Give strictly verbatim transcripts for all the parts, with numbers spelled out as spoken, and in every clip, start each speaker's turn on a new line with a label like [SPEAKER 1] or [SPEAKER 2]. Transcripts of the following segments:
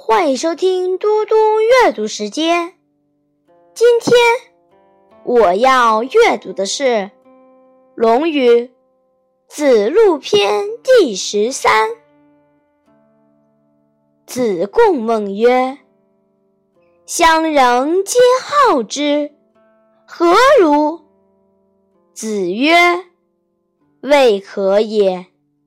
[SPEAKER 1] 欢迎收听嘟嘟阅读时间。今天我要阅读的是《论语·子路篇》第十三。子贡问曰：乡人皆好之，何如？子曰：未可也。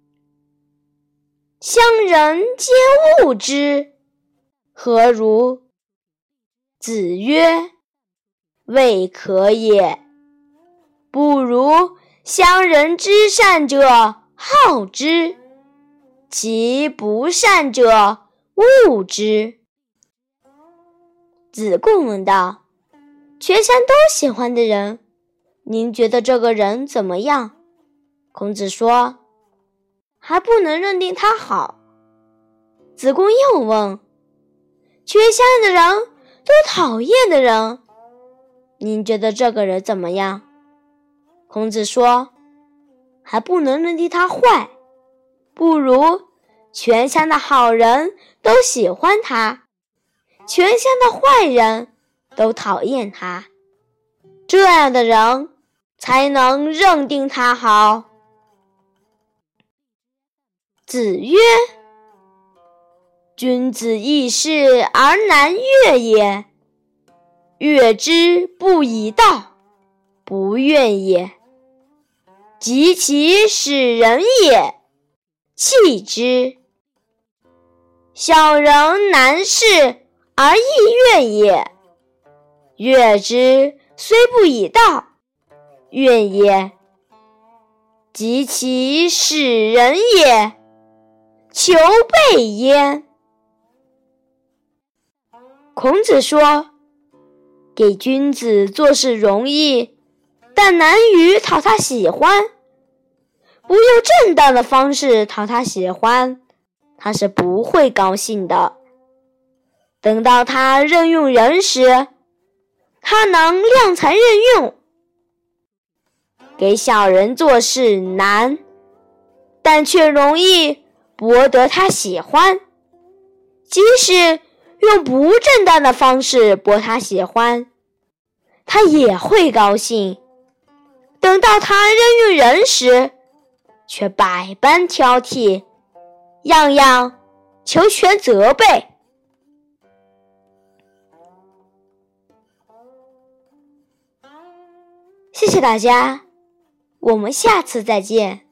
[SPEAKER 1] 乡人皆恶之，何如？子曰：未可也。不如乡人之善者好之，其不善者恶之。子贡问道：全乡都喜欢的人，您觉得这个人怎么样？孔子说：还不能认定他好。子贡又问：全乡的人都讨厌的人，您觉得这个人怎么样？孔子说：还不能认定他坏，不如全乡的好人都喜欢他，全乡的坏人都讨厌他，这样的人才能认定他好。子曰：君子义士而难悦也，悦之不以道，不怨也。及其使人也，弃之。小人难事而易悦也，悦之虽不以道，怨也。及其使人也，求备焉。孔子说，给君子做事容易，但难于讨他喜欢。不用正当的方式讨他喜欢，他是不会高兴的。等到他任用人时，他能量才任用。给小人做事难，但却容易博得他喜欢。即使用不正当的方式博他喜欢，他也会高兴。等到他任用人时，却百般挑剔，样样求全责备。谢谢大家，我们下次再见。